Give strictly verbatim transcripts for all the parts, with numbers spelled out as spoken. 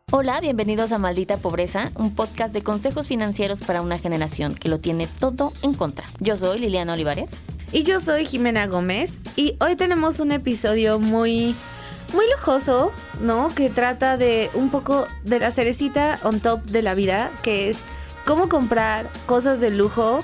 Hola, bienvenidos a Maldita Pobreza, un podcast de consejos financieros para una generación que lo tiene todo en contra. Yo soy Liliana Olivares. Y yo soy Jimena Gómez. Y hoy tenemos un episodio muy, muy lujoso, ¿no? Que trata de un poco de la cerecita on top de la vida, que es cómo comprar cosas de lujo,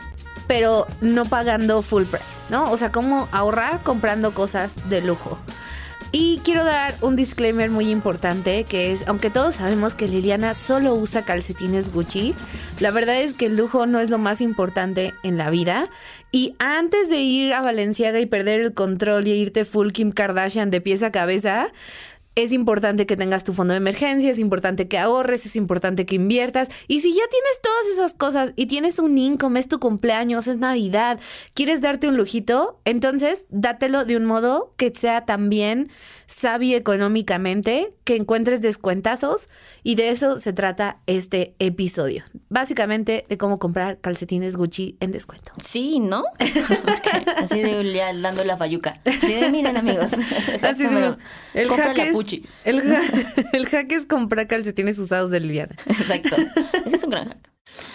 pero no pagando full price, ¿no? O sea, cómo ahorrar comprando cosas de lujo. Y quiero dar un disclaimer muy importante, que es, aunque todos sabemos que Liliana solo usa calcetines Gucci, la verdad es que el lujo no es lo más importante en la vida. Y antes de ir a Balenciaga y perder el control y irte full Kim Kardashian de pies a cabeza, es importante que tengas tu fondo de emergencia, es importante que ahorres, es importante que inviertas. Y si ya tienes todas esas cosas y tienes un income, es tu cumpleaños, es Navidad, quieres darte un lujito, entonces dátelo de un modo que sea también sabio económicamente, que encuentres descuentazos, y de eso se trata este episodio. Básicamente de cómo comprar calcetines Gucci en descuento. Sí, ¿no? Okay. Así de ya dando la fayuca. Así de, miren, amigos. Así de, el hack es, Gucci. El, ha, el hack es comprar calcetines usados de Liliana. Exacto. Ese es un gran hack.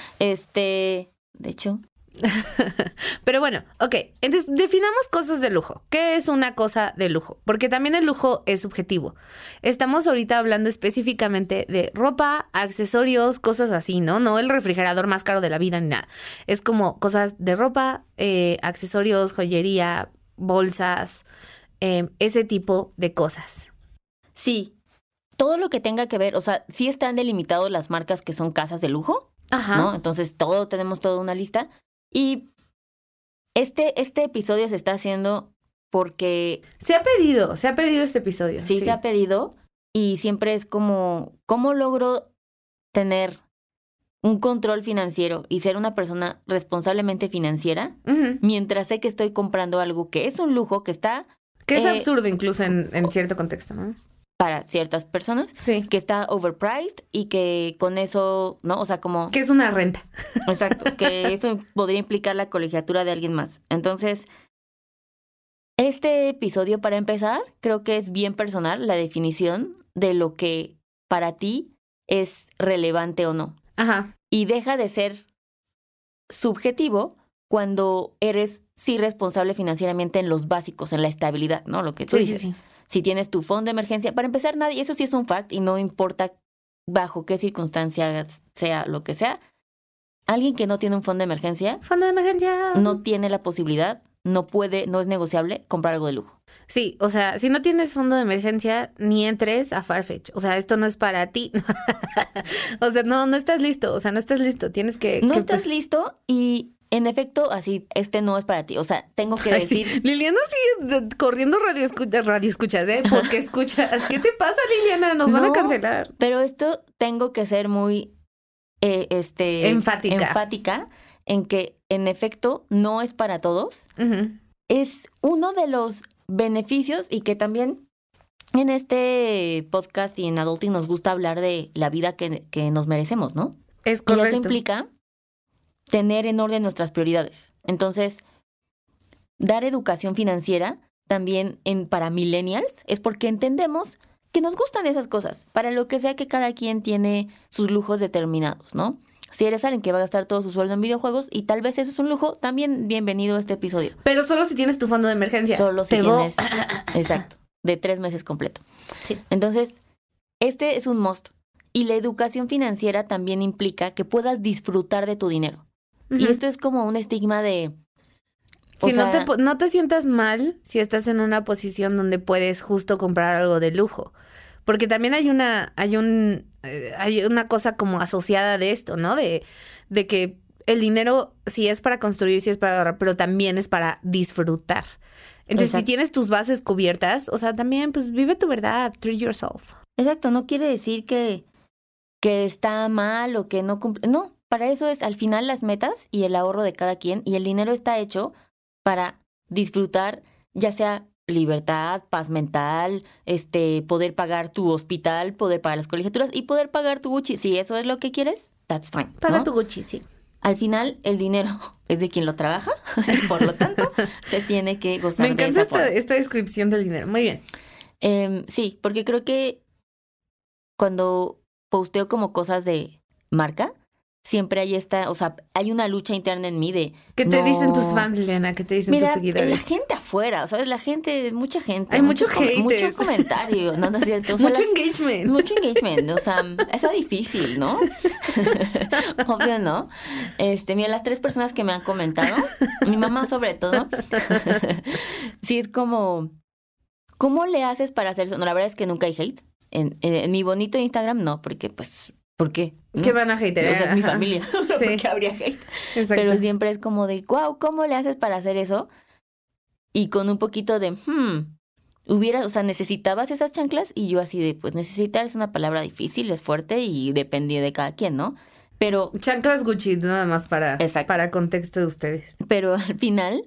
Este, de hecho... Pero bueno, ok, entonces definamos cosas de lujo. ¿Qué es una cosa de lujo? Porque también el lujo es subjetivo. Estamos ahorita hablando específicamente de ropa, accesorios, cosas así, ¿no? No el refrigerador más caro de la vida ni nada. Es como cosas de ropa, eh, accesorios, joyería, bolsas, eh, ese tipo de cosas. Sí, todo lo que tenga que ver, o sea, sí están delimitados las marcas que son casas de lujo, Ajá. ¿no? Entonces todo, tenemos toda una lista. Y este, este episodio se está haciendo porque... Se ha pedido, se ha pedido este episodio. Sí, sí, se ha pedido, y siempre es como, ¿cómo logro tener un control financiero y ser una persona responsablemente financiera uh-huh. mientras sé que estoy comprando algo que es un lujo, que está... Que es eh, absurdo incluso en, en cierto contexto, ¿no? Para ciertas personas, sí. Que está overpriced y que con eso, ¿no? O sea, como... Que es una renta. Exacto, que eso podría implicar la colegiatura de alguien más. Entonces, este episodio, para empezar, creo que es bien personal la definición de lo que para ti es relevante o no. Ajá. Y deja de ser subjetivo cuando eres sí responsable financieramente en los básicos, en la estabilidad, ¿no? Lo que tú sí, dices. Sí, sí. Si tienes tu fondo de emergencia, para empezar, nadie, eso sí es un fact y no importa bajo qué circunstancias sea lo que sea, alguien que no tiene un fondo de emergencia, fondo de emergencia, no tiene la posibilidad, no puede, no es negociable comprar algo de lujo. Sí, o sea, si no tienes fondo de emergencia, ni entres a Farfetch. O sea, esto no es para ti. O sea, no, no estás listo. O sea, no estás listo. Tienes que... No que... estás listo y... En efecto, así, este no es para ti. O sea, tengo que Ay, decir... Sí. Liliana sigue corriendo radio, escucha, radio escuchas, ¿eh? Porque escuchas. ¿Qué te pasa, Liliana? Nos no, van a cancelar. Pero esto tengo que ser muy... Eh, este enfática. Enfática en que, en efecto, no es para todos. Uh-huh. Es uno de los beneficios y que también en este podcast y en Adulting nos gusta hablar de la vida que, que nos merecemos, ¿no? Es correcto. Y eso implica... tener en orden nuestras prioridades. Entonces, dar educación financiera también en, para millennials es porque entendemos que nos gustan esas cosas, para lo que sea que cada quien tiene sus lujos determinados, ¿no? Si eres alguien que va a gastar todo su sueldo en videojuegos y tal vez eso es un lujo, también bienvenido a este episodio. Pero solo si tienes tu fondo de emergencia. Solo si Te tienes... voy... Exacto, de tres meses completo. Sí. Entonces, este es un must. Y la educación financiera también implica que puedas disfrutar de tu dinero. Uh-huh. Y esto es como un estigma de... Si sea, no, te, no te sientas mal si estás en una posición donde puedes justo comprar algo de lujo. Porque también hay una, hay un, eh, hay una cosa como asociada de esto, ¿no? De, de que el dinero sí es para construir, sí es para ahorrar, pero también es para disfrutar. Entonces, Exacto. si tienes tus bases cubiertas, o sea, también, pues, vive tu verdad, treat yourself. Exacto, no quiere decir que, que está mal o que no cumple. No, para eso es al final las metas y el ahorro de cada quien. Y el dinero está hecho para disfrutar, ya sea libertad, paz mental, este, poder pagar tu hospital, poder pagar las colegiaturas y poder pagar tu Gucci. Si eso es lo que quieres, that's fine. Paga ¿no? tu Gucci, sí. Al final, el dinero es de quien lo trabaja, por lo tanto, se tiene que gozar Me encanta de esa esta, forma. esta descripción del dinero. Muy bien. Eh, sí, porque creo que cuando posteo como cosas de marca, siempre hay esta, o sea, hay una lucha interna en mí de... ¿Qué te no, dicen tus fans, Liliana? ¿Qué te dicen mira, tus seguidores? la gente afuera, ¿sabes? La gente, mucha gente. Hay muchos com- haters. Muchos comentarios, no, no es cierto. O sea, Mucho las- engagement. Mucho engagement, o sea, eso es difícil, ¿no? Obvio, ¿no? Este, mira, las tres personas que me han comentado, mi mamá sobre todo, sí es como, ¿cómo le haces para hacer eso? No, la verdad es que nunca hay hate. En, en, en mi bonito Instagram no, porque pues, ¿por qué? ¿No? ¿Qué van a hatear? O sea, es mi Ajá. familia, Sí. ¿por qué habría hate? Exacto. Pero siempre es como de, wow, ¿cómo le haces para hacer eso? Y con un poquito de, hmm, hubiera, o sea, ¿necesitabas esas chanclas? Y yo así de, pues necesitar es una palabra difícil, es fuerte y depende de cada quien, ¿no? Pero, Chanclas Gucci, nada más para, Exacto. para contexto de ustedes. pero al final,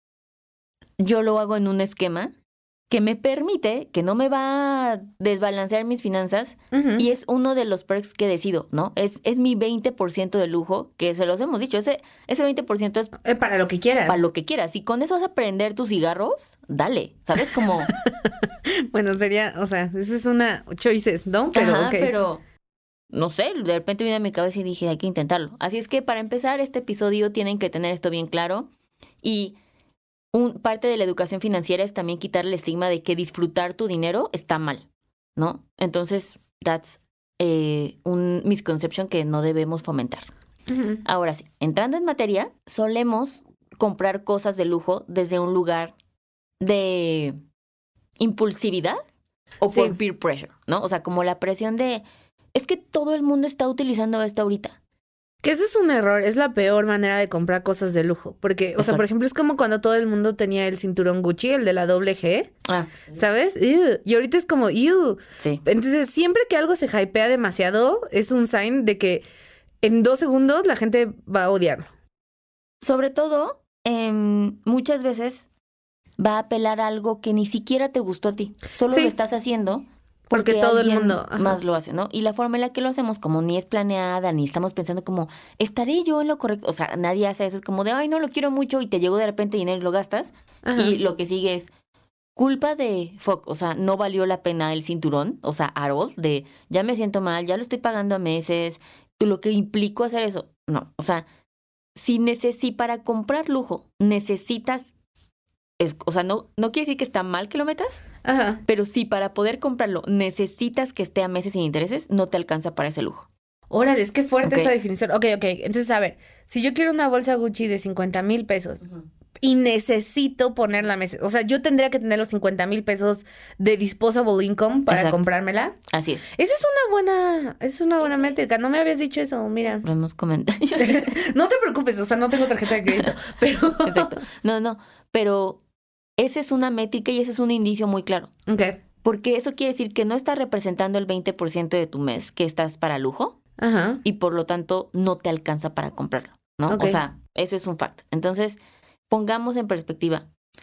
yo lo hago en un esquema que me permite, que no me va a desbalancear mis finanzas, Ujú. y es uno de los perks que decido, ¿no? Es, es mi veinte por ciento de lujo, que se los hemos dicho, ese, ese veinte por ciento es Eh, para lo que quieras. para lo que quieras. Si con eso vas a prender tus cigarros, dale, ¿sabes? Como, Bueno, sería, o sea, esa es una choices, ¿no? Pero, ajá, ok. pero, no sé, de repente vino a mi cabeza y dije, hay que intentarlo. Así es que para empezar este episodio tienen que tener esto bien claro, y un, parte de la educación financiera es también quitar el estigma de que disfrutar tu dinero está mal, ¿no? Entonces, that's eh, un misconception que no debemos fomentar. Ujú. Ahora sí, entrando en materia, solemos comprar cosas de lujo desde un lugar de impulsividad o Sí. por peer pressure, ¿no? O sea, como la presión de, es que todo el mundo está utilizando esto ahorita. Que eso es un error, es la peor manera de comprar cosas de lujo. Porque, o sea, Exacto. por ejemplo, es como cuando todo el mundo tenía el cinturón Gucci, el de la doble G, Ah, ¿sabes? Ew. Y ahorita es como, ew. sí. Entonces, siempre que algo se hypea demasiado, es un sign de que en dos segundos la gente va a odiarlo. Sobre todo, em, muchas veces va a apelar a algo que ni siquiera te gustó a ti. Solo Sí. lo estás haciendo Porque todo el alguien mundo, ajá. más lo hace, ¿no? Y la forma en la que lo hacemos, como ni es planeada, ni estamos pensando como, ¿estaré yo en lo correcto? O sea, nadie hace eso. Es como de, ay, no lo quiero mucho y te llegó de repente dinero y lo gastas. Ajá. Y lo que sigue es culpa de, fuck, o sea, no valió la pena el cinturón, o sea, Harold, de, ya me siento mal, ya lo estoy pagando a meses, lo que implicó hacer eso. No, o sea, si, neces si para comprar lujo necesitas, es, o sea, no, no quiere decir que está mal que lo metas, Ajá. pero si para poder comprarlo necesitas que esté a meses sin intereses, no te alcanza para ese lujo. Órale, es que fuerte Ok. esa definición. Ok, ok. Entonces, a ver, si yo quiero una bolsa Gucci de cincuenta mil pesos y necesito ponerla a meses, o sea, yo tendría que tener los cincuenta mil pesos de disposable income para Exacto. comprármela. Así es, Esa es una buena, es una buena métrica. No me habías dicho eso, mira. lo hemos comentado. No te preocupes, o sea, no tengo tarjeta de crédito, pero... Exacto. No, no, pero esa es una métrica y ese es un indicio muy claro. Ok, Porque eso quiere decir que no estás representando el veinte por ciento de tu mes que estás para lujo ajá. y por lo tanto no te alcanza para comprarlo, ¿no? Ok. O sea, eso es un fact. Entonces, pongamos en perspectiva.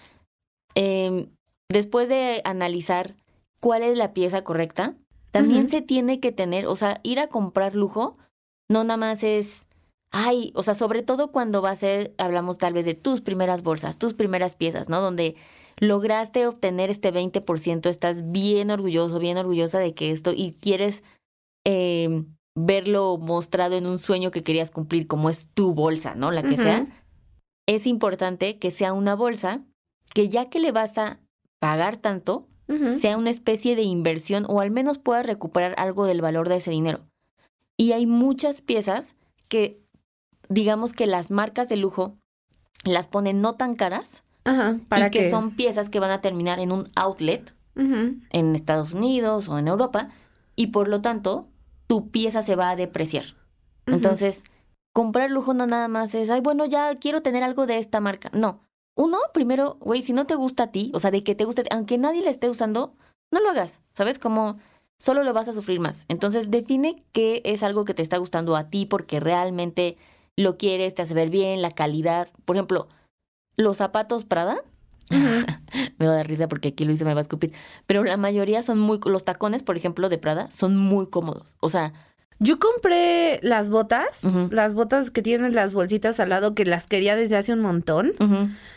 Eh, después de analizar cuál es la pieza correcta, también Ujú. se tiene que tener, o sea, ir a comprar lujo no nada más es, ay, o sea, sobre todo cuando va a ser, hablamos tal vez de tus primeras bolsas, tus primeras piezas, ¿no? Donde lograste obtener este veinte por ciento, estás bien orgulloso, bien orgullosa de que esto, y quieres eh, verlo mostrado en un sueño que querías cumplir, como es tu bolsa, ¿no? La que Ujú. sea. Es importante que sea una bolsa que ya que le vas a pagar tanto, Ujú. sea una especie de inversión o al menos puedas recuperar algo del valor de ese dinero. Y hay muchas piezas que, digamos que las marcas de lujo las ponen no tan caras Ajá, para y que que son piezas que van a terminar en un outlet Ujú. en Estados Unidos o en Europa y por lo tanto tu pieza se va a depreciar. Ujú. Entonces, comprar lujo no nada más es, ay, bueno, ya quiero tener algo de esta marca. No. Uno, primero, güey, si no te gusta a ti, o sea, de que te guste, aunque nadie la esté usando, no lo hagas, ¿sabes? Como solo lo vas a sufrir más. Entonces, define qué es algo que te está gustando a ti porque realmente lo quieres, te hace ver bien, la calidad. Por ejemplo, los zapatos Prada, me va a dar risa porque aquí Luisa me va a escupir, pero la mayoría son muy, los tacones, por ejemplo, de Prada, son muy cómodos. O sea, Yo compré las botas, Ujú. las botas que tienen las bolsitas al lado, que las quería desde hace un montón. ujú,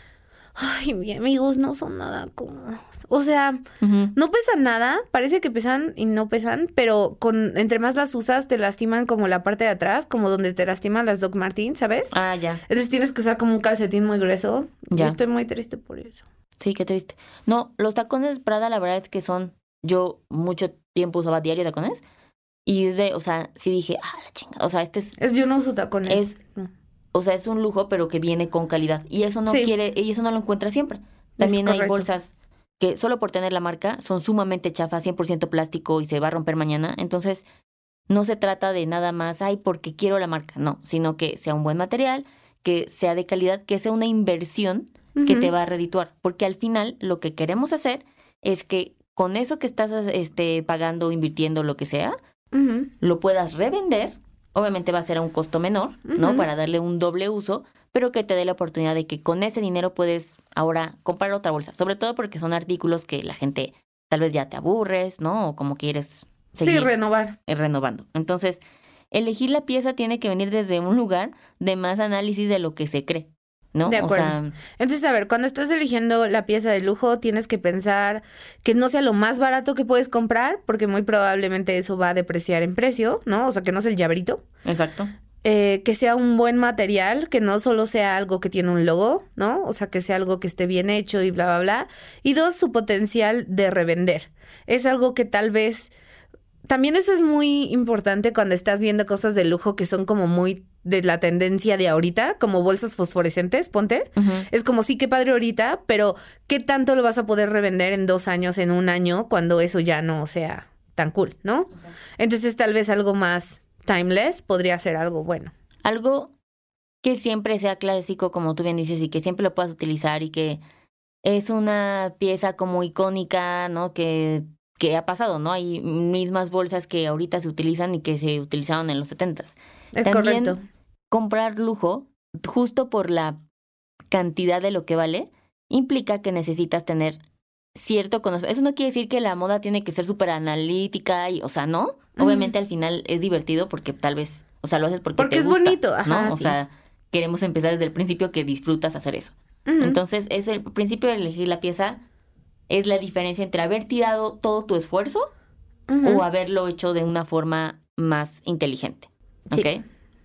Ay, mis amigos no son nada cómodos. O sea, Uh-huh. no pesan nada. Parece que pesan y no pesan, pero con entre más las usas te lastiman como la parte de atrás, como donde te lastiman las Doc Martens, ¿sabes? Ah, ya. Entonces tienes que usar como un calcetín muy grueso. Ya. Yo estoy muy triste por eso. Sí, qué triste. No, los tacones Prada, la verdad es que son... Yo mucho tiempo usaba diario tacones. Y es de, o sea, sí dije, ah, la chinga. O sea, este es... Es yo no uso tacones. Es- No. O sea, es un lujo, pero que viene con calidad. Y eso no Sí. quiere... Y eso no lo encuentras siempre. También hay correcto. bolsas que solo por tener la marca son sumamente chafas, cien por ciento plástico y se va a romper mañana. Entonces, no se trata de nada más, ay, porque quiero la marca. No, sino que sea un buen material, que sea de calidad, que sea una inversión que Ujú. te va a redituar. Porque al final lo que queremos hacer es que con eso que estás este, pagando, invirtiendo, lo que sea, Ujú. lo puedas revender. Obviamente va a ser a un costo menor, ¿no? Ujú. Para darle un doble uso, pero que te dé la oportunidad de que con ese dinero puedes ahora comprar otra bolsa. Sobre todo porque son artículos que la gente tal vez ya te aburres, ¿no? O como quieres Sí, seguir renovar. eh, renovando. Entonces, elegir la pieza tiene que venir desde un lugar de más análisis de lo que se cree, ¿no? De acuerdo. O sea, Entonces, a ver, cuando estás eligiendo la pieza de lujo, tienes que pensar que no sea lo más barato que puedes comprar, porque muy probablemente eso va a depreciar en precio, ¿no? O sea, que no es el llaverito. exacto. Eh, que sea un buen material, que no solo sea algo que tiene un logo, ¿no? O sea, que sea algo que esté bien hecho y bla, bla, bla. Y dos, su potencial de revender. Es algo que tal vez... También eso es muy importante cuando estás viendo cosas de lujo que son como muy de la tendencia de ahorita, como bolsas fosforescentes, ponte. Ujú. Es como, sí, qué padre ahorita, pero ¿qué tanto lo vas a poder revender en dos años, en un año, cuando eso ya no sea tan cool, ¿no? Entonces tal vez algo más timeless podría ser algo bueno. Algo que siempre sea clásico, como tú bien dices, y que siempre lo puedas utilizar y que es una pieza como icónica, ¿no? Que, que ha pasado, ¿no? Hay mismas bolsas que ahorita se utilizan y que se utilizaron en los setentas. Es También correcto. comprar lujo, justo por la cantidad de lo que vale, implica que necesitas tener cierto conocimiento. Eso no quiere decir que la moda tiene que ser súper analítica, y, o sea, no. Ujú. Obviamente al final es divertido porque tal vez, o sea, lo haces porque, Porque te es gusta, bonito, ajá, ¿no? O sí. sea, queremos empezar desde el principio que disfrutas hacer eso. Ujú. Entonces, es el principio de elegir la pieza, es la diferencia entre haber tirado todo tu esfuerzo Ujú. o haberlo hecho de una forma más inteligente. Sí. ¿Ok?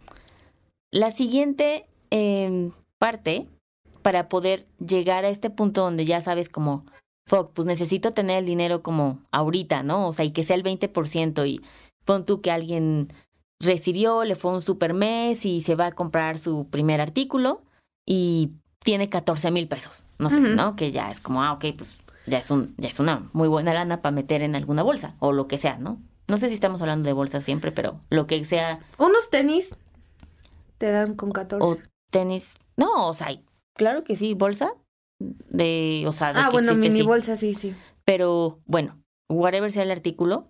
La siguiente eh, parte, para poder llegar a este punto donde ya sabes como, fuck, pues necesito tener el dinero como ahorita, ¿no? O sea, y que sea el veinte por ciento y pon tú que alguien recibió, le fue un super mes y se va a comprar su primer artículo y tiene catorce mil pesos, no sé, Ujú. ¿no? Que ya es como, ah, ok, pues ya es, un, ya es una muy buena lana para meter en alguna bolsa o lo que sea, ¿no? No sé si estamos hablando de bolsas siempre, pero lo que sea, Unos tenis te dan con o catorce. tenis, no, o sea, claro que sí, bolsa de, o sea, de Ah, que bueno, existe, mini sí. bolsa, sí, sí. Pero bueno, whatever sea el artículo,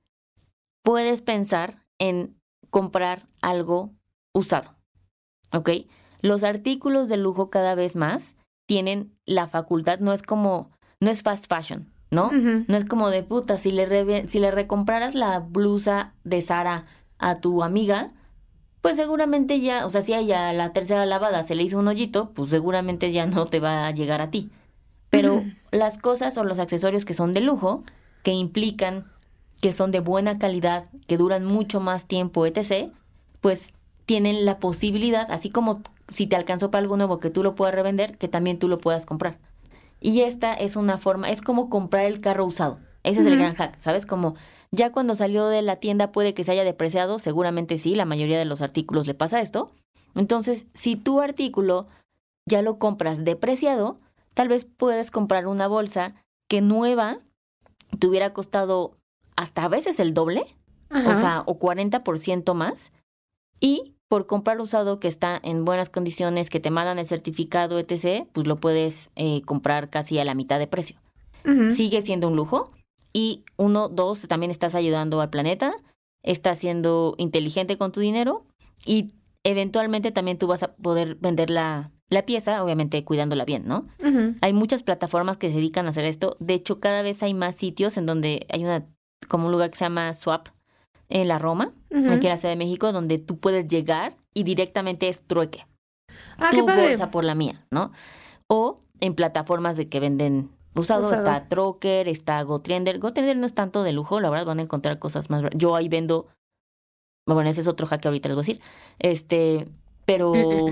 puedes pensar en comprar algo usado, ¿ok? Los artículos de lujo cada vez más tienen la facultad, no es como, no es fast fashion, ¿no? Ujú. No es como de puta, si le, reve- si le recompraras la blusa de Sara a tu amiga, pues seguramente ya, o sea, si a ella la tercera lavada se le hizo un hoyito, pues seguramente ya no te va a llegar a ti. Pero Ujú. las cosas o los accesorios que son de lujo, que implican que son de buena calidad, que duran mucho más tiempo, etcétera, pues tienen la posibilidad, así como si te alcanzó para algo nuevo que tú lo puedas revender, que también tú lo puedas comprar. Y esta es una forma, es como comprar el carro usado. Ese es el Ujú. gran hack, ¿sabes? Como ya cuando salió de la tienda puede que se haya depreciado, seguramente sí, la mayoría de los artículos le pasa esto. Entonces, si tu artículo ya lo compras depreciado, tal vez puedes comprar una bolsa que nueva te hubiera costado hasta a veces el doble, Ajá. o sea, o cuarenta por ciento más, y por comprar usado que está en buenas condiciones, que te mandan el certificado, etcétera, pues lo puedes eh, comprar casi a la mitad de precio. Ujú. Sigue siendo un lujo. Y uno, dos, también estás ayudando al planeta, estás siendo inteligente con tu dinero y eventualmente también tú vas a poder vender la, la pieza, obviamente cuidándola bien, ¿no? Ujú. Hay muchas plataformas que se dedican a hacer esto. De hecho, cada vez hay más sitios en donde hay una como un lugar que se llama Swap en la Roma, Ujú. aquí en la Ciudad de México, donde tú puedes llegar y directamente es trueque. Ah, qué Tu padre. bolsa por la mía, ¿no? O en plataformas de que venden usado. Usado. Está Trocker, está GoTrender. GoTrender no es tanto de lujo, la verdad, van a encontrar cosas más... Yo ahí vendo... Bueno, ese es otro hack que ahorita les voy a decir. Este, pero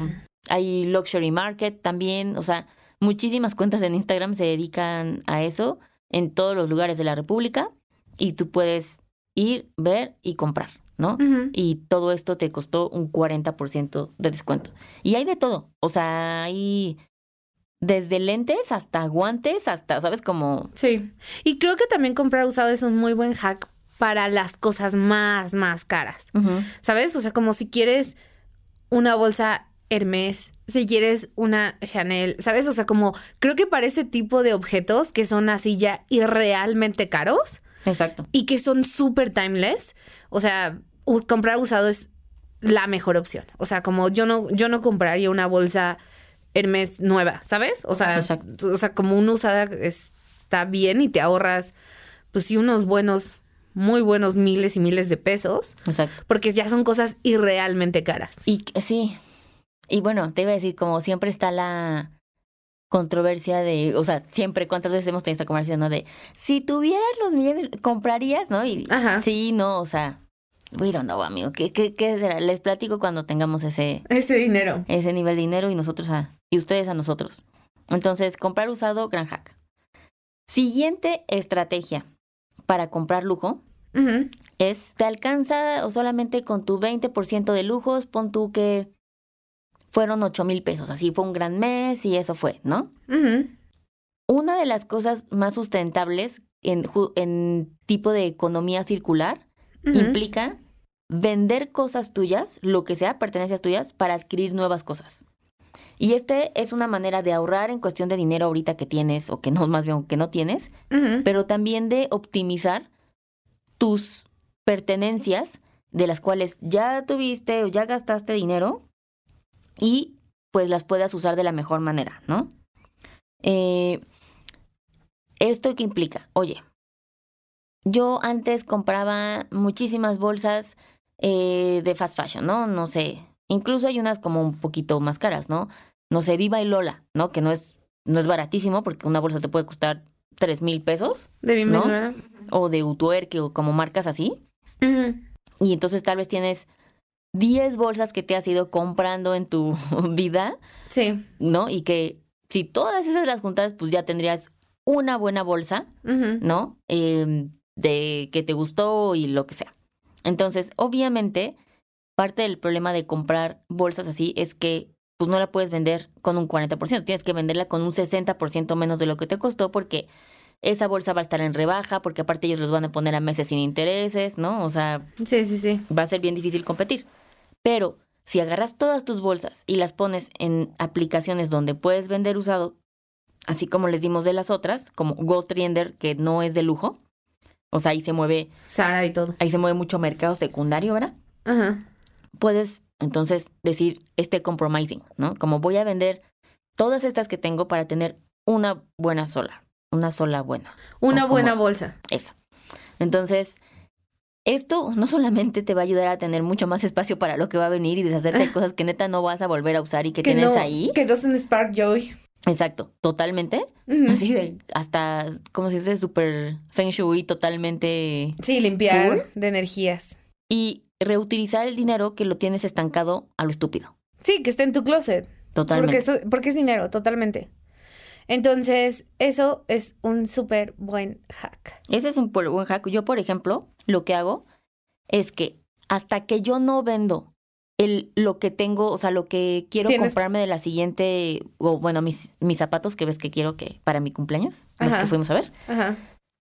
hay Luxury Market también. O sea, muchísimas cuentas en Instagram se dedican a eso en todos los lugares de la República. Y tú puedes ir, ver y comprar, ¿no? Ujú. Y todo esto te costó un cuarenta por ciento de descuento. Y hay de todo. O sea, hay desde lentes hasta guantes, hasta, ¿sabes? Como... Sí. Y creo que también comprar usado es un muy buen hack para las cosas más, más caras. Ujú. ¿Sabes? O sea, como si quieres una bolsa Hermès, si quieres una Chanel, ¿sabes? O sea, como creo que para ese tipo de objetos que son así ya irrealmente caros Exacto. y que son súper timeless, o sea, u- comprar usado es la mejor opción. O sea, como yo no, yo no compraría una bolsa Hermès nueva, ¿sabes? O sea, Exacto. o sea, como una usada está bien y te ahorras, pues sí, unos buenos, muy buenos miles y miles de pesos, Exacto. porque ya son cosas irrealmente caras. Y que- sí. Y bueno, te iba a decir, como siempre está la controversia de, o sea, siempre, ¿cuántas veces hemos tenido esta conversación, no? De, si tuvieras los millones, ¿comprarías, no? Y Ajá. sí, no, o sea, we don't know, amigo. ¿Qué, qué, qué será? Les platico cuando tengamos ese, Ese dinero. ese nivel de dinero y nosotros a, y ustedes a nosotros. Entonces, comprar usado, gran hack. Siguiente estrategia para comprar lujo Ujú. es, te alcanza o solamente con tu veinte por ciento de lujos, pon tú que fueron ocho mil pesos, así fue un gran mes y eso fue, ¿no? Ujú. Una de las cosas más sustentables en, ju- en tipo de economía circular Ujú. implica vender cosas tuyas, lo que sea, pertenencias tuyas, para adquirir nuevas cosas. Y este es una manera de ahorrar en cuestión de dinero ahorita que tienes, o que no, más bien que no tienes, Ujú. pero también de optimizar tus pertenencias de las cuales ya tuviste o ya gastaste dinero y pues las puedas usar de la mejor manera, ¿no? Eh, ¿Esto qué implica? Oye, yo antes compraba muchísimas bolsas eh, de fast fashion, ¿no? No sé, incluso hay unas como un poquito más caras, ¿no? No sé, Viva y Lola, ¿no? Que no es, no es baratísimo porque una bolsa te puede costar tres mil pesos, De mi ¿no? menor. O de Utuerque o como marcas así. Ujú. Y entonces tal vez tienes diez bolsas que te has ido comprando en tu vida, Sí. ¿no? Y que si todas esas las juntas, pues ya tendrías una buena bolsa, Ujú. ¿no? Eh, de que te gustó y lo que sea. Entonces, obviamente, parte del problema de comprar bolsas así es que pues no la puedes vender con un cuarenta por ciento. Tienes que venderla con un sesenta por ciento menos de lo que te costó porque esa bolsa va a estar en rebaja, porque aparte ellos los van a poner a meses sin intereses, ¿no? O sea, Sí, sí, sí. va a ser bien difícil competir. Pero si agarras todas tus bolsas y las pones en aplicaciones donde puedes vender usado, así como les dimos de las otras, como GoTrender, que no es de lujo, o sea, ahí se mueve, Sara y todo. ahí se mueve mucho mercado secundario, ¿verdad? Ajá. Puedes entonces decir este compromising, ¿no? Como voy a vender todas estas que tengo para tener una buena sola, una sola buena. Una O como- buena bolsa. Eso. Entonces, esto no solamente te va a ayudar a tener mucho más espacio para lo que va a venir y deshacerte de cosas que neta no vas a volver a usar y que, tienes no, ahí. Que doesn't spark joy. Exacto, totalmente. Ujú. Así de, hasta, como se dice, súper feng shui, totalmente. Sí, limpiar Full. de energías. Y reutilizar el dinero que lo tienes estancado a lo estúpido. Sí, que esté en tu closet. Totalmente. Porque, eso- porque es dinero, totalmente. Entonces, eso es un súper buen hack. Ese es un por- buen hack. Yo, por ejemplo, lo que hago es que hasta que yo no vendo el, lo que tengo, o sea, lo que quiero Tienes- comprarme de la siguiente, o bueno, mis, mis zapatos que ves que quiero que para mi cumpleaños, los Ajá. que fuimos a ver. Ajá.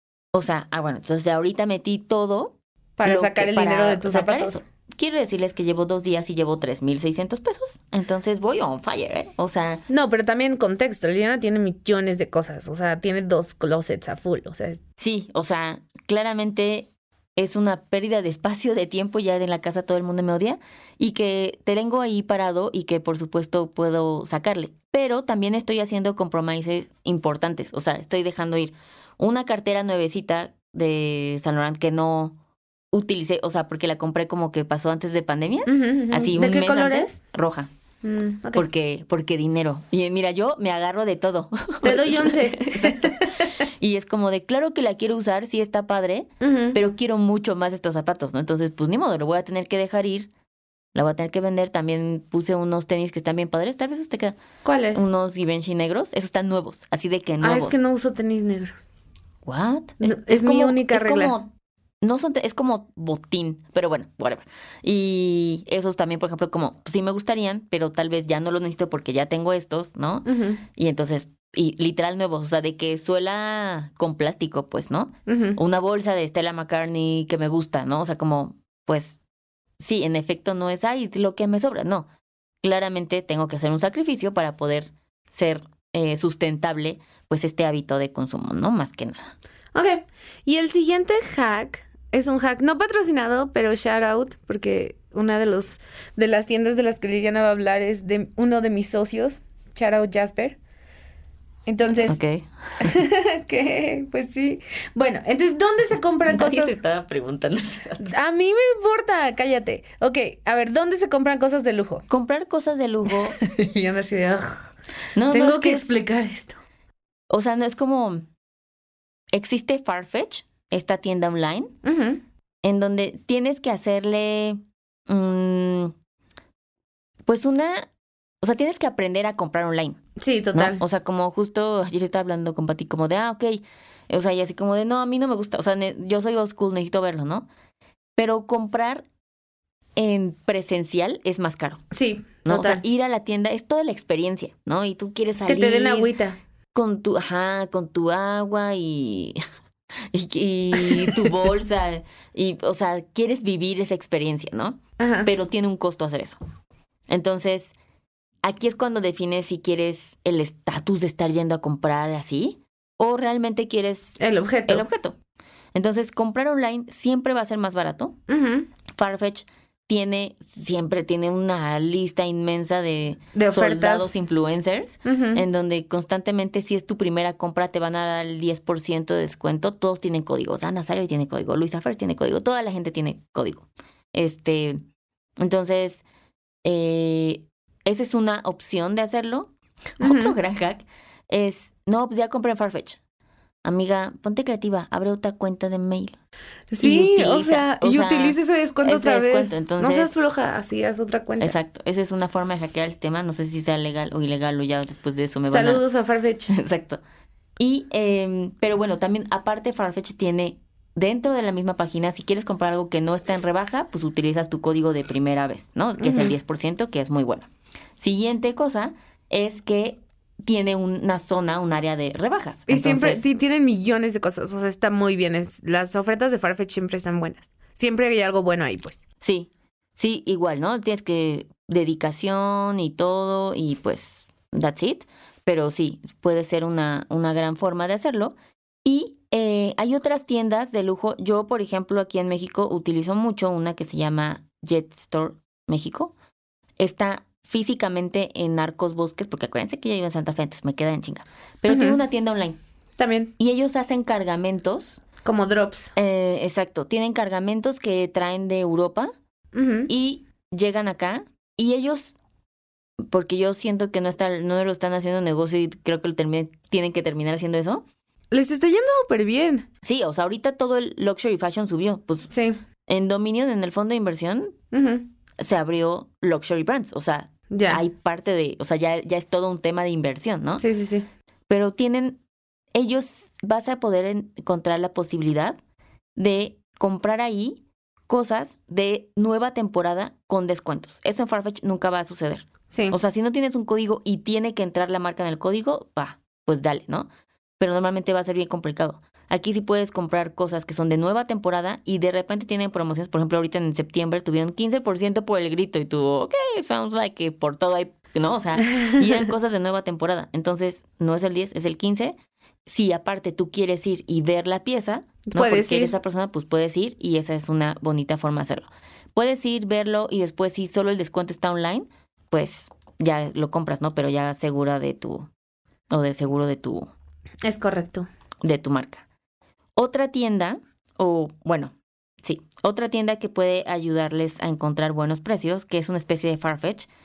O sea, ah, bueno, entonces de ahorita metí todo. Para lo sacar que- el para dinero de tus sacar zapatos. eso. Quiero decirles que llevo dos días y llevo tres mil seiscientos pesos. Entonces voy on fire, ¿eh? O sea, No, pero también contexto. Liliana tiene millones de cosas. O sea, tiene dos closets a full. O sea, es- sí, o sea, claramente es una pérdida de espacio, de tiempo, ya en la casa todo el mundo me odia, y que te tengo ahí parado y que por supuesto puedo sacarle. Pero también estoy haciendo compromisos importantes, o sea, estoy dejando ir una cartera nuevecita de Saint Laurent que no utilicé, o sea, porque la compré como que pasó antes de pandemia, Ujú, ujú. así ¿De un qué mes color antes, es? roja. Mm, okay. Porque, porque dinero. Y mira, yo me agarro de todo. Te doy once. Exacto. Y es como de, claro que la quiero usar, sí está padre, Ujú. pero quiero mucho más estos zapatos, ¿no? Entonces, pues ni modo, lo voy a tener que dejar ir, la voy a tener que vender. También puse unos tenis que están bien padres, tal vez esos te quedan. ¿Cuáles? Unos Givenchy negros, esos están nuevos, así de que nuevos. Ah, es que no uso tenis negros. ¿What? No, es mi única es regla. Como, no son, te- es como botín, pero bueno, whatever. Y esos también, por ejemplo, como, pues sí me gustarían, pero tal vez ya no los necesito porque ya tengo estos, ¿no? Ujú, Y entonces, y literal nuevos, o sea, de que suela con plástico, pues, ¿no? ujú. Una bolsa de Stella McCartney que me gusta, ¿no? O sea, como, pues, sí, en efecto no es, ay, lo que me sobra, no. Claramente tengo que hacer un sacrificio para poder ser eh, sustentable, pues, este hábito de consumo, ¿no? Más que nada. Ok. Y el siguiente hack es un hack no patrocinado, pero shout out, porque una de los de las tiendas de las que Liliana va a hablar es de uno de mis socios, shout out Jasper. Entonces, Ok. que pues sí. Bueno, entonces, ¿dónde se compran Nadie cosas? se estaba preguntando. A mí me importa, cállate. Ok, a ver, ¿dónde se compran cosas de lujo? Comprar cosas de lujo. Liliana así de, "Ugh, No, tengo no, es que que es- explicar esto. o sea, no es como, existe Farfetch, esta tienda online, Ujú. en donde tienes que hacerle, mm, pues una, o sea, tienes que aprender a comprar online, Sí, ¿no? total. O sea, como justo ayer estaba hablando con Pati, como de, ah, ok, o sea, y así como de, no, a mí no me gusta, o sea, ne- yo soy old school, necesito verlo, ¿no? Pero comprar en presencial es más caro, Sí, ¿no? total. O sea, ir a la tienda es toda la experiencia, ¿no? Y tú quieres Que salir te den agüita. con tu, ajá, con tu agua y, y, y tu bolsa, y, o sea, quieres vivir esa experiencia, ¿no? Ajá. Pero tiene un costo hacer eso. Entonces, aquí es cuando defines si quieres el estatus de estar yendo a comprar así o realmente quieres El objeto. el objeto. Entonces, comprar online siempre va a ser más barato. Ujú. Farfetch tiene, siempre tiene una lista inmensa de, De ofertas. soldados influencers, Ujú. en donde constantemente, si es tu primera compra, te van a dar el diez por ciento de descuento. Todos tienen códigos. Ana Sari tiene código, Luisa Fer tiene código, toda la gente tiene código. Este, entonces, eh, esa es una opción de hacerlo. Ujú. Otro gran hack es, no, pues ya compré en Farfetch. Amiga, ponte creativa, abre otra cuenta de mail. Sí, y o utiliza, sea, o y sea, utiliza ese descuento ese otra descuento, vez. entonces- No seas floja, así haz otra cuenta. Exacto, esa es una forma de hackear el sistema. No sé si sea legal o ilegal o ya después de eso me van a... Saludos a Farfetch. Exacto. Y, eh, pero bueno, también aparte Farfetch tiene dentro de la misma página, si quieres comprar algo que no está en rebaja, pues utilizas tu código de primera vez, ¿no? Que es el Ujú. diez por ciento, que es muy bueno. Siguiente cosa es que tiene una zona, un área de rebajas. Y siempre Entonces, ti- tienen millones de cosas, o sea, está muy bien. Es, las ofertas de Farfetch siempre están buenas. Siempre hay algo bueno ahí, pues. sí, sí, igual, ¿no? Tienes que dedicación y todo y pues that's it. Pero sí, puede ser una, una gran forma de hacerlo. Y eh, hay otras tiendas de lujo. Yo, por ejemplo, aquí en México utilizo mucho una que se llama Jet Store México. Está físicamente en Arcos Bosques, porque acuérdense que yo vivo en Santa Fe, entonces me queda en chinga. Pero Ujú. tiene una tienda online También, y ellos hacen cargamentos. como drops. Eh, exacto, tienen cargamentos que traen de Europa Ujú. y llegan acá y ellos, porque yo siento que no está, no lo están haciendo negocio y creo que lo termine- tienen que terminar haciendo eso. Les está yendo súper bien. Sí, o sea, ahorita todo el luxury fashion subió. Pues Sí. en Dominion, en el fondo de inversión, Ujú. se abrió luxury brands. O sea, Ya. hay parte de, o sea, ya, ya es todo un tema de inversión, ¿no? Sí, sí, sí. Pero tienen, ellos vas a poder en- encontrar la posibilidad de comprar ahí cosas de nueva temporada con descuentos. Eso en Farfetch nunca va a suceder. Sí. O sea, si no tienes un código y tiene que entrar la marca en el código, va, pues dale, ¿no? Pero normalmente va a ser bien complicado. Aquí sí puedes comprar cosas que son de nueva temporada y de repente tienen promociones. Por ejemplo, ahorita en septiembre tuvieron quince por ciento por el grito y tú, ok, sounds like que por todo hay, ¿no? O sea, y eran cosas de nueva temporada. Entonces, no es el diez, es el quince. Si aparte tú quieres ir y ver la pieza, ¿no? Puedes Porque ir. eres esa persona, pues puedes ir y esa es una bonita forma de hacerlo. Puedes ir, verlo y después si solo el descuento está online, pues ya lo compras, ¿no? Pero ya segura de tu, o de seguro de tu, Es correcto. de tu marca. Otra tienda, o bueno, sí, otra tienda que puede ayudarles a encontrar buenos precios, que es una especie de Farfetch,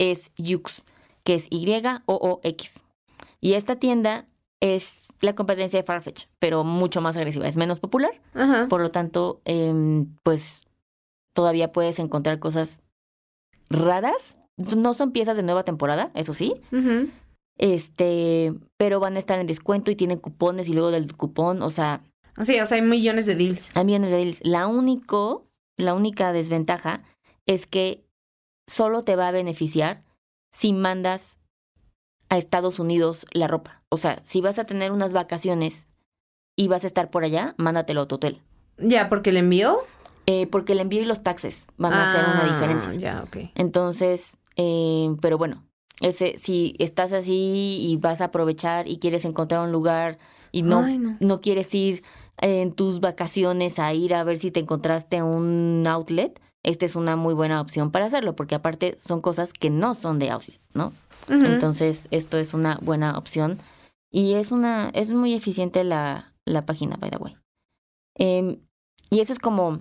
es Yoox, que es Y O O X. Y esta tienda es la competencia de Farfetch, pero mucho más agresiva. Es menos popular, Ajá. por lo tanto, eh, pues todavía puedes encontrar cosas raras. No son piezas de nueva temporada, eso sí. Uh-huh. Este, pero van a estar en descuento y tienen cupones y luego del cupón, o sea... Sí, o sea, hay millones de deals. Hay millones de deals. La, único, la única desventaja es que solo te va a beneficiar si mandas a Estados Unidos la ropa. O sea, si vas a tener unas vacaciones y vas a estar por allá, mándatelo a tu hotel. Ya, ¿porque le envió? Eh, porque el envío y los taxes van a ah, hacer una diferencia. Ya, ok. Entonces, eh, pero bueno, ese si estás así y vas a aprovechar y quieres encontrar un lugar y no, Ay, no. no quieres ir en tus vacaciones a ir a ver si te encontraste un outlet, esta es una muy buena opción para hacerlo, porque aparte son cosas que no son de outlet, ¿no? Uh-huh. Entonces, esto es una buena opción y es una es muy eficiente la, la página, by the way. Eh, y eso es como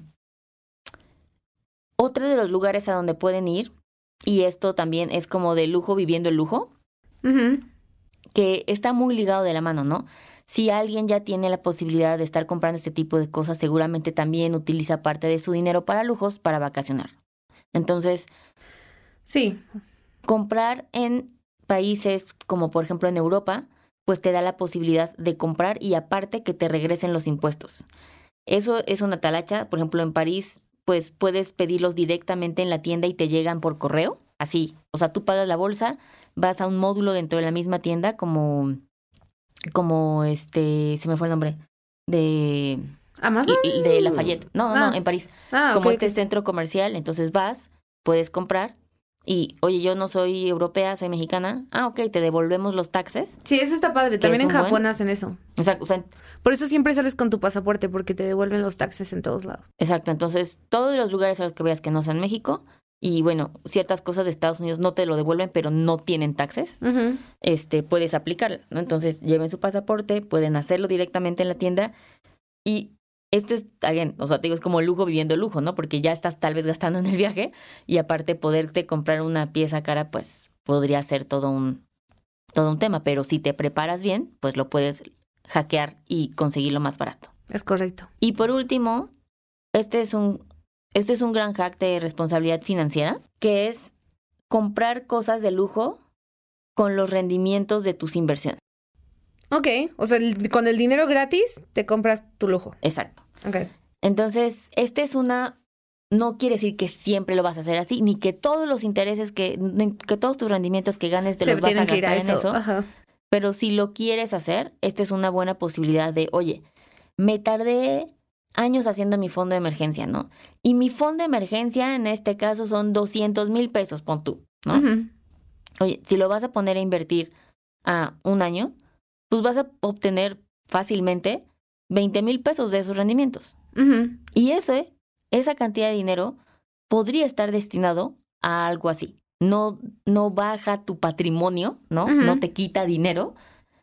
otro de los lugares a donde pueden ir, y esto también es como de lujo viviendo el lujo, Uh-huh. que está muy ligado de la mano, ¿no? Si alguien ya tiene la posibilidad de estar comprando este tipo de cosas, seguramente también utiliza parte de su dinero para lujos para vacacionar. Entonces, sí, comprar en países como por ejemplo en Europa, pues te da la posibilidad de comprar y aparte que te regresen los impuestos. Eso es una talacha. Por ejemplo, en París, pues puedes pedirlos directamente en la tienda y te llegan por correo, así. O sea, tú pagas la bolsa, vas a un módulo dentro de la misma tienda como, como este, se me fue el nombre, de... ¿Amazon? De Lafayette. No, no, ah. no, en París. Ah, como okay, este okay. centro comercial, entonces vas, puedes comprar y, oye, yo no soy europea, soy mexicana. Ah, ok, te devolvemos los taxes. Sí, eso está padre. También en Japón buen... hacen eso. O sea, o sea, por eso siempre sales con tu pasaporte, porque te devuelven los taxes en todos lados. Exacto, entonces todos los lugares a los que veas que no sean México, y bueno, ciertas cosas de Estados Unidos no te lo devuelven, pero no tienen taxes, uh-huh. este, puedes aplicarlas, ¿no? Entonces lleven su pasaporte, pueden hacerlo directamente en la tienda y esto es, again, o sea, te digo, es como lujo viviendo el lujo, ¿no? Porque ya estás tal vez gastando en el viaje y aparte poderte comprar una pieza cara, pues podría ser todo un, todo un tema, pero si te preparas bien, pues lo puedes hackear y conseguirlo más barato. Es correcto. Y por último, este es un, este es un gran hack de responsabilidad financiera, que es comprar cosas de lujo con los rendimientos de tus inversiones. Ok, o sea, el, con el dinero gratis te compras tu lujo. Exacto. Ok. Entonces, este es una... No quiere decir que siempre lo vas a hacer así, ni que todos los intereses, que, que todos tus rendimientos que ganes te Se los vas a que gastar ir a en eso. Ajá. Pero si lo quieres hacer, esta es una buena posibilidad de, oye, me tardé años haciendo mi fondo de emergencia, ¿no? Y mi fondo de emergencia en este caso son doscientos mil pesos, pon tú, ¿no? Uh-huh. Oye, si lo vas a poner a invertir a un año, pues vas a obtener fácilmente veinte mil pesos de esos rendimientos. Uh-huh. Y ese, esa cantidad de dinero podría estar destinado a algo así. No, no baja tu patrimonio, ¿no? Uh-huh. No te quita dinero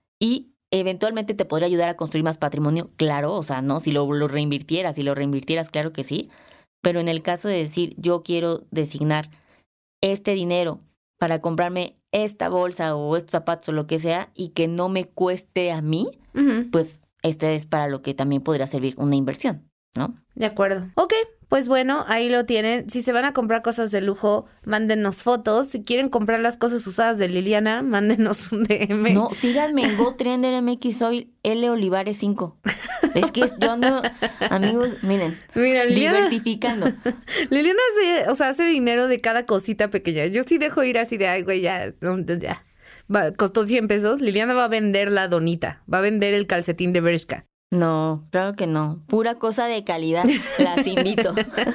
y eventualmente te podría ayudar a construir más patrimonio, claro, o sea, ¿no? Si lo, lo reinvirtieras, si lo reinvirtieras, claro que sí. Pero en el caso de decir, yo quiero designar este dinero para comprarme esta bolsa o estos zapatos o lo que sea y que no me cueste a mí, uh-huh. pues este es para lo que también podría servir una inversión, ¿no? De acuerdo. Ok, pues bueno, ahí lo tienen. Si se van a comprar cosas de lujo, mándenos fotos. Si quieren comprar las cosas usadas de Liliana, mándenos un D M. No, síganme en GoTrender M X, soy L Olivares cinco. Es que yo ando, amigos, miren, Mira, Liliana, diversificando. Liliana hace, o sea, hace dinero de cada cosita pequeña. Yo sí dejo ir así de, ay, güey, ya, ya. Va, costó cien pesos. Liliana va a vender la donita. Va a vender el calcetín de Bershka. No, claro que no. Pura cosa de calidad. Las invito.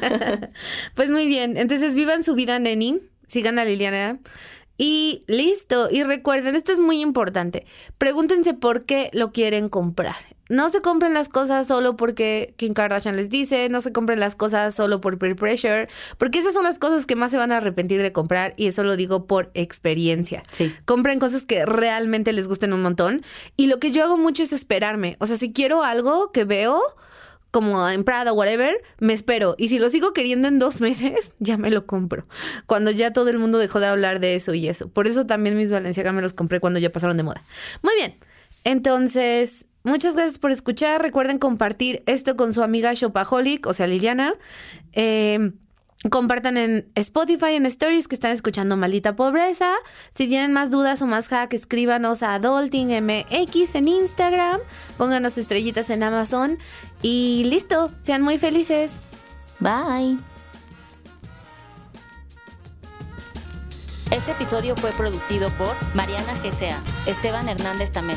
Pues muy bien. Entonces vivan su vida, neni. Sigan a Liliana. Y listo. Y recuerden, esto es muy importante. Pregúntense por qué lo quieren comprar. No se compren las cosas solo porque Kim Kardashian les dice. No se compren las cosas solo por peer pressure. Porque esas son las cosas que más se van a arrepentir de comprar. Y eso lo digo por experiencia. Sí. Compren cosas que realmente les gusten un montón. Y lo que yo hago mucho es esperarme. O sea, si quiero algo que veo como en Prada o whatever, me espero. Y si lo sigo queriendo en dos meses, ya me lo compro. Cuando ya todo el mundo dejó de hablar de eso y eso. Por eso también mis Balenciaga me los compré cuando ya pasaron de moda. Muy bien. Entonces, muchas gracias por escuchar. Recuerden compartir esto con su amiga Shopaholic, o sea, Liliana. Eh... Compartan en Spotify, en Stories, que están escuchando Maldita Pobreza. Si tienen más dudas o más hack, escríbanos a Adulting M X en Instagram. Pónganos estrellitas en Amazon. Y listo, sean muy felices. Bye. Este episodio fue producido por Mariana G C A, Esteban Hernández Tamés.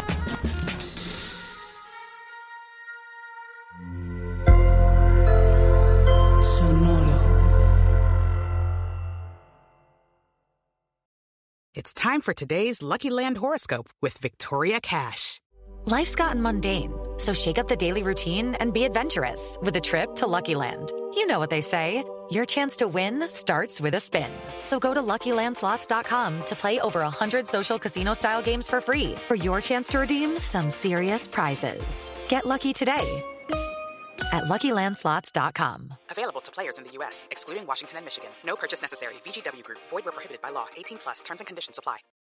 It's time for today's Lucky Land horoscope with Victoria Cash. Life's gotten mundane, so shake up the daily routine and be adventurous with a trip to Lucky Land. You know what they say, your chance to win starts with a spin. So go to Lucky Land Slots dot com to play over one hundred social casino-style games for free for your chance to redeem some serious prizes. Get lucky today at Lucky Land Slots dot com. Available to players in the U S, excluding Washington and Michigan. No purchase necessary. V G W Group. Void where prohibited by law. eighteen plus. Terms and conditions apply.